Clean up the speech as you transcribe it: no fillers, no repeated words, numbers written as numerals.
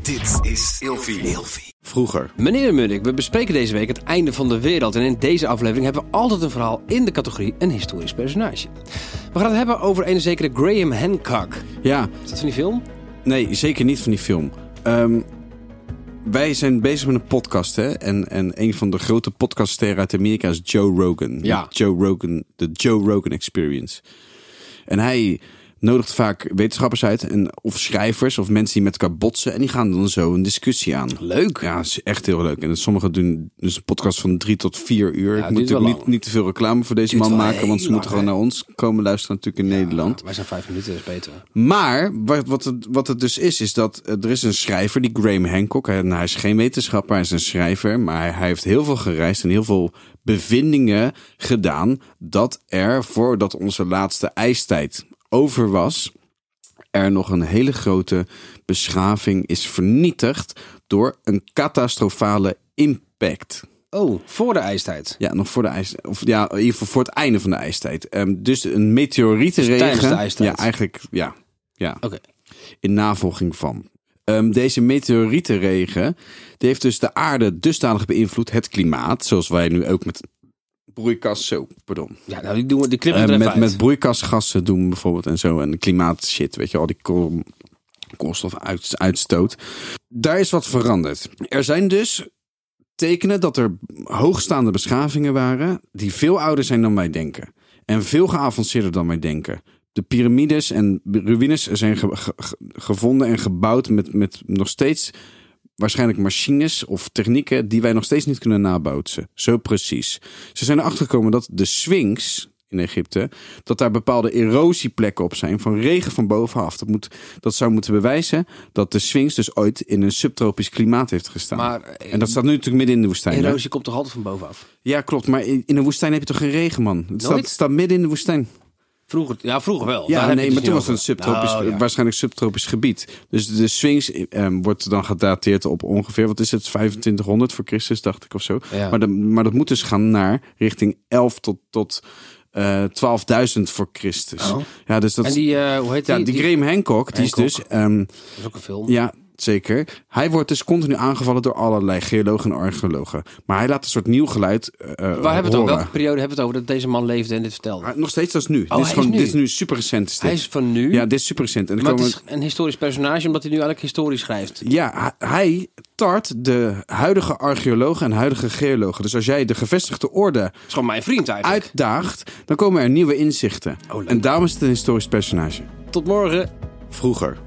Dit is Ilfie. Vroeger. Meneer Munnik, we bespreken deze week het einde van de wereld. En in deze aflevering hebben we altijd een verhaal in de categorie een historisch personage. We gaan het hebben over een zekere Graham Hancock. Ja. Is dat van die film? Nee, zeker niet van die film. Wij zijn bezig met een podcast, hè. En een van de grote podcaststerren uit Amerika is Joe Rogan. Ja. De Joe Rogan Experience. En hij nodigt vaak wetenschappers uit of schrijvers of mensen die met elkaar botsen. En die gaan dan zo een discussie aan. Leuk. Ja, dat is echt heel leuk. En sommigen doen dus een podcast van 3 tot 4 uur. Ja, Ik moet natuurlijk niet te veel reclame voor deze man maken. Want ze moeten gewoon naar ons komen luisteren natuurlijk in Nederland. Wij zijn 5 minuten, dat is beter. Maar wat het dus is dat er is een schrijver, die Graham Hancock. Hij is geen wetenschapper, hij is een schrijver. Maar hij heeft heel veel gereisd en heel veel bevindingen gedaan dat er, voordat onze laatste ijstijd over was, er nog een hele grote beschaving is vernietigd door een catastrofale impact. Oh, voor de ijstijd. Ja, nog voor de ijstijd. Of ja, in ieder geval voor het einde van de ijstijd. Dus een meteorietenregen. Dus tijdens de ijstijd. Ja, eigenlijk, ja. Oké. In navolging van. Deze meteorietenregen, die heeft dus de aarde dusdanig beïnvloed, het klimaat, zoals wij nu ook met Ja, nou, die knippen er even uit. met broeikasgassen doen bijvoorbeeld en zo. En klimaatshit, weet je, al die koolstofuitstoot. Daar is wat veranderd. Er zijn dus tekenen dat er hoogstaande beschavingen waren die veel ouder zijn dan wij denken. En veel geavanceerder dan wij denken. De piramides en ruïnes zijn gevonden en gebouwd met nog steeds waarschijnlijk machines of technieken die wij nog steeds niet kunnen nabootsen. Zo precies. Ze zijn erachter gekomen dat de Sphinx in Egypte, dat daar bepaalde erosieplekken op zijn van regen van bovenaf. Dat zou moeten bewijzen dat de Sphinx dus ooit in een subtropisch klimaat heeft gestaan. Maar, en dat staat nu natuurlijk midden in de woestijn. Erosie komt toch altijd van bovenaf? Ja, klopt. Maar in een woestijn heb je toch geen regen, man? Het staat midden in de woestijn. Vroeger wel. Ja, nee, maar toen was het een waarschijnlijk subtropisch gebied. Dus de Sphinx wordt dan gedateerd op ongeveer, wat is het, 2500 voor Christus, dacht ik of zo. Ja. Maar dat moet dus gaan naar richting 11 tot 12.000 voor Christus. Oh. Ja, dus dat. En die, hoe heet die? Ja, die Graham Hancock, die is dus. Dat is ook een film. Ja, zeker. Hij wordt dus continu aangevallen door allerlei geologen en archeologen. Maar hij laat een soort nieuw geluid Waar hebben we het over? Welke periode hebben we het over dat deze man leefde en dit vertelde? Nog steeds, dat is nu. Oh, Dit is nu super recent. Hij is van nu? Ja, dit is super recent. En maar het is een historisch personage omdat hij nu eigenlijk historisch schrijft. Ja, hij tart de huidige archeologen en huidige geologen. Dus als jij de gevestigde orde Dat is gewoon mijn vriend eigenlijk. uitdaagt, dan komen er nieuwe inzichten. Oh, leuk. En daarom is het een historisch personage. Tot morgen. Vroeger.